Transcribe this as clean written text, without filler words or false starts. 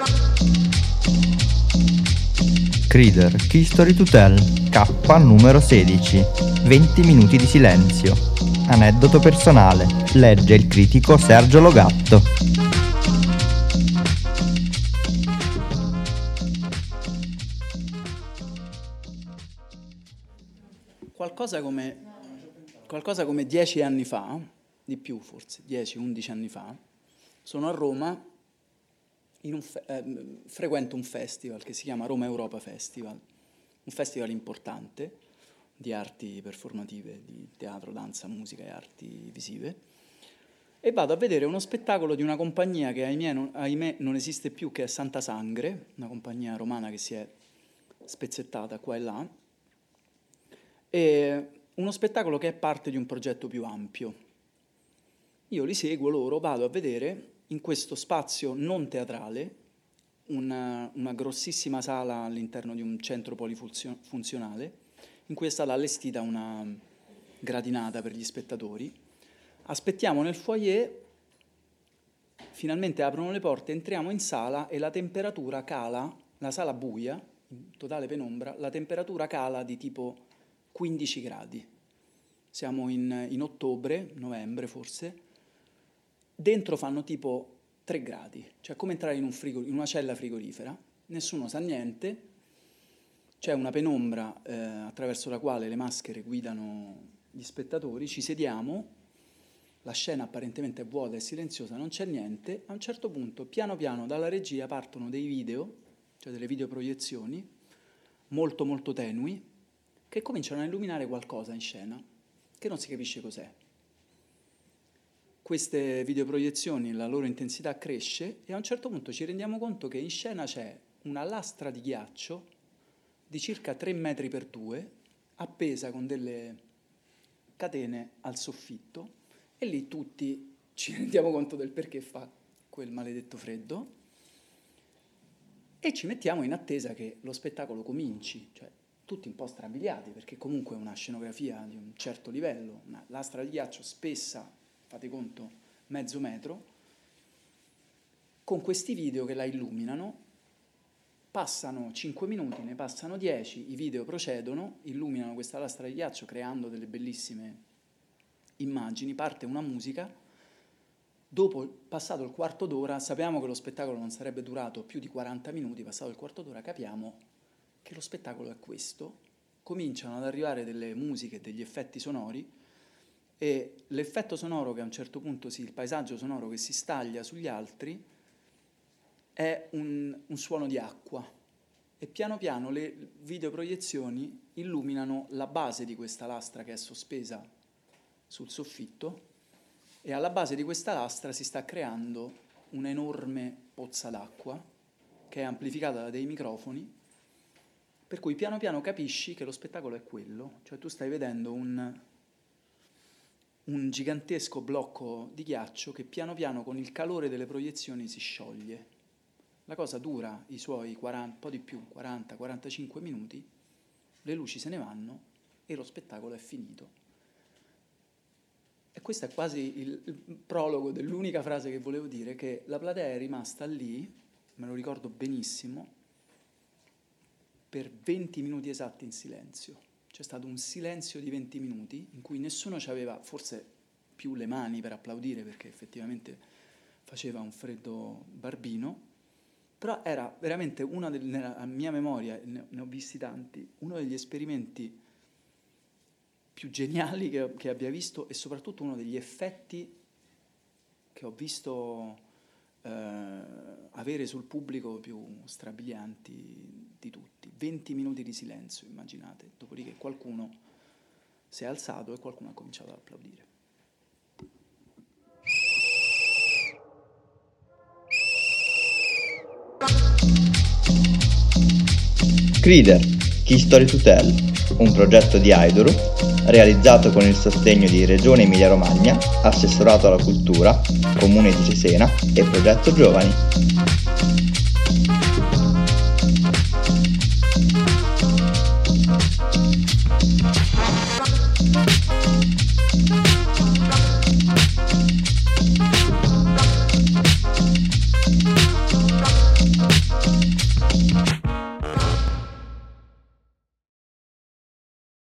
Creeder, Key Story to Tell, K numero 16, 20 minuti di silenzio. Aneddoto personale, legge il critico Sergio Logatto. Qualcosa come 10 anni fa, di più forse, 10-11 anni fa, sono a Roma, frequento un festival che si chiama Roma Europa Festival, un festival importante di arti performative, di teatro, danza, musica e arti visive, e vado a vedere uno spettacolo di una compagnia che ahimè non esiste più, che è Santa Sangre, una compagnia romana che si è spezzettata qua e là, e uno spettacolo che è parte di un progetto più ampio. Io li seguo loro, vado a vedere in questo spazio non teatrale, una grossissima sala all'interno di un centro polifunzionale, in cui è stata allestita una gradinata per gli spettatori. Aspettiamo nel foyer, finalmente aprono le porte, entriamo in sala e la temperatura cala, la sala buia, in totale penombra, la temperatura cala di tipo 15 gradi. Siamo in ottobre, novembre forse. Dentro fanno tipo 3 gradi, cioè come entrare in una cella frigorifera, nessuno sa niente, c'è una penombra attraverso la quale le maschere guidano gli spettatori, ci sediamo, la scena apparentemente è vuota e silenziosa, non c'è niente, a un certo punto piano piano dalla regia partono dei video, cioè delle videoproiezioni, molto molto tenui, che cominciano a illuminare qualcosa in scena, che non si capisce cos'è. Queste videoproiezioni, la loro intensità cresce e a un certo punto ci rendiamo conto che in scena c'è una lastra di ghiaccio di circa 3 metri per 2, appesa con delle catene al soffitto, e lì tutti ci rendiamo conto del perché fa quel maledetto freddo e ci mettiamo in attesa che lo spettacolo cominci, cioè tutti un po' strabiliati, perché comunque è una scenografia di un certo livello, una lastra di ghiaccio spessa, fate conto, mezzo metro, con questi video che la illuminano. Passano 5 minuti, ne passano 10, i video procedono, illuminano questa lastra di ghiaccio creando delle bellissime immagini, parte una musica. Dopo, passato il quarto d'ora, sappiamo che lo spettacolo non sarebbe durato più di 40 minuti, passato il quarto d'ora capiamo che lo spettacolo è questo. Cominciano ad arrivare delle musiche, degli effetti sonori, e l'effetto sonoro che a un certo punto, il paesaggio sonoro che si staglia sugli altri è un suono di acqua, e piano piano le videoproiezioni illuminano la base di questa lastra che è sospesa sul soffitto, e alla base di questa lastra si sta creando un'enorme pozza d'acqua che è amplificata da dei microfoni, per cui piano piano capisci che lo spettacolo è quello, cioè tu stai vedendo un gigantesco blocco di ghiaccio che piano piano con il calore delle proiezioni si scioglie. La cosa dura i suoi 40-45 minuti, le luci se ne vanno e lo spettacolo è finito. E questo è quasi il prologo dell'unica frase che volevo dire, che la platea è rimasta lì, me lo ricordo benissimo, per 20 minuti esatti in silenzio. C'è stato un silenzio di 20 minuti in cui nessuno aveva forse più le mani per applaudire, perché effettivamente faceva un freddo barbino, però era veramente nella mia memoria, ne ho visti tanti, uno degli esperimenti più geniali che abbia visto, e soprattutto uno degli effetti che ho visto avere sul pubblico più strabilianti di tutti. 20 minuti di silenzio, immaginate, dopodiché qualcuno si è alzato e qualcuno ha cominciato ad applaudire. Creeder, Key Story to Tell, un progetto di Aidoru, realizzato con il sostegno di Regione Emilia-Romagna, Assessorato alla Cultura, Comune di Cesena e Progetto Giovani.